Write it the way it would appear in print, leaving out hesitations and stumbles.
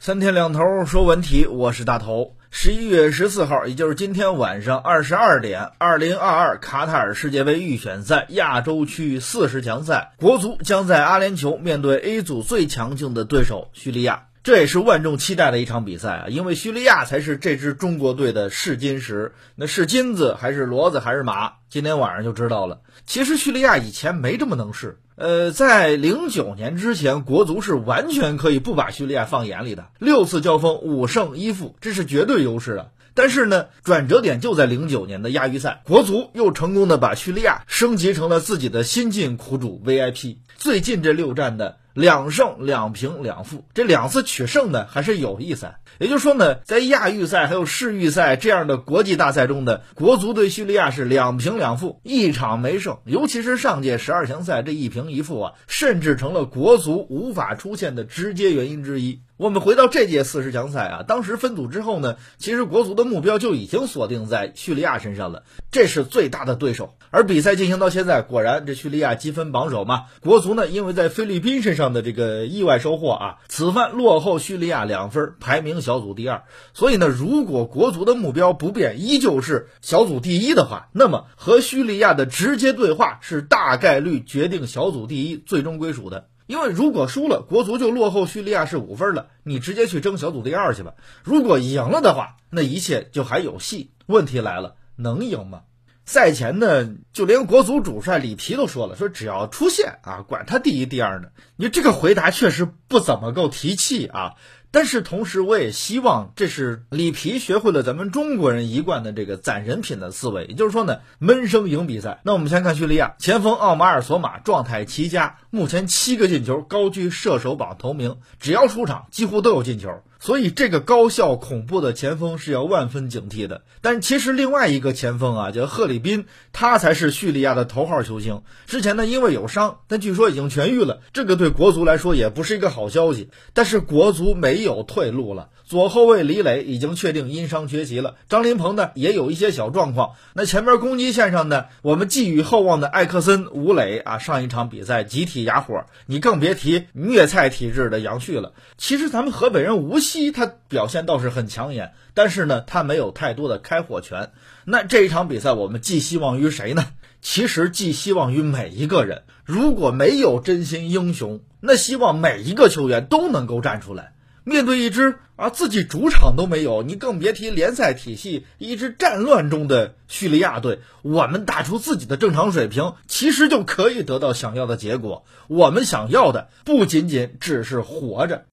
三天两头说文体，我是大头。11月14号，也就是今天晚上22点，2022卡塔尔世界杯预选赛亚洲区40强赛，国足将在阿联酋面对 A 组最强劲的对手叙利亚。这也是万众期待的一场比赛啊，因为叙利亚才是这支中国队的试金石。那是金子还是骡子还是马，今天晚上就知道了。其实叙利亚以前没这么能试。在09年之前，国足是完全可以不把叙利亚放眼里的，6次交锋5胜1负，这是绝对优势啊。但是呢，转折点就在09年的亚预赛，国足又成功的把叙利亚升级成了自己的新晋苦主 VIP。最近这6战的2胜2平2负，这2次取胜的还是有意思。也就是说呢，在亚预赛还有世预赛这样的国际大赛中的国足对叙利亚是2平2负，1场没胜。尤其是上届12强赛这1平1负啊，甚至成了国足无法出线的直接原因之一。我们回到这届40强赛啊，当时分组之后呢，其实国足的目标就已经锁定在叙利亚身上了，这是最大的对手。而比赛进行到现在，果然这叙利亚积分榜首嘛，国足呢因为在菲律宾身上的这个意外收获啊，此番落后叙利亚2分，排名小组第2。所以呢，如果国足的目标不变，依旧是小组第1的话，那么和叙利亚的直接对话是大概率决定小组第1最终归属的。因为如果输了，国足就落后叙利亚是5分了，你直接去争小组第2去吧。如果赢了的话，那一切就还有戏。问题来了，能赢吗？赛前呢，就连国足主帅里皮都说了，说只要出线啊，管他第1第2呢。你这个回答确实不怎么够提气啊。但是同时我也希望这是里皮学会了咱们中国人一贯的这个攒人品的思维，也就是说呢，闷声赢比赛。那我们先看叙利亚，前锋奥马尔索马状态奇佳，目前7个进球，高居射手榜头名，只要出场几乎都有进球。所以这个高效恐怖的前锋是要万分警惕的。但其实另外一个前锋啊，叫赫里宾，他才是叙利亚的头号球星。之前呢因为有伤，但据说已经痊愈了，这个对国足来说也不是一个好消息。但是国足没有退路了，左后卫李磊已经确定因伤缺席了，张琳芃呢也有一些小状况。那前面攻击线上呢，我们寄予厚望的艾克森、吴磊啊，上一场比赛集体哑火，你更别提虐菜体质的杨旭了。其实咱们河北人无锡他表现倒是很抢眼，但是呢他没有太多的开火权。那这一场比赛我们寄希望于谁呢？其实寄希望于每一个人。如果没有真心英雄，那希望每一个球员都能够站出来。面对一支自己主场都没有，你更别提联赛体系，一支战乱中的叙利亚队，我们打出自己的正常水平，其实就可以得到想要的结果。我们想要的不仅仅只是活着。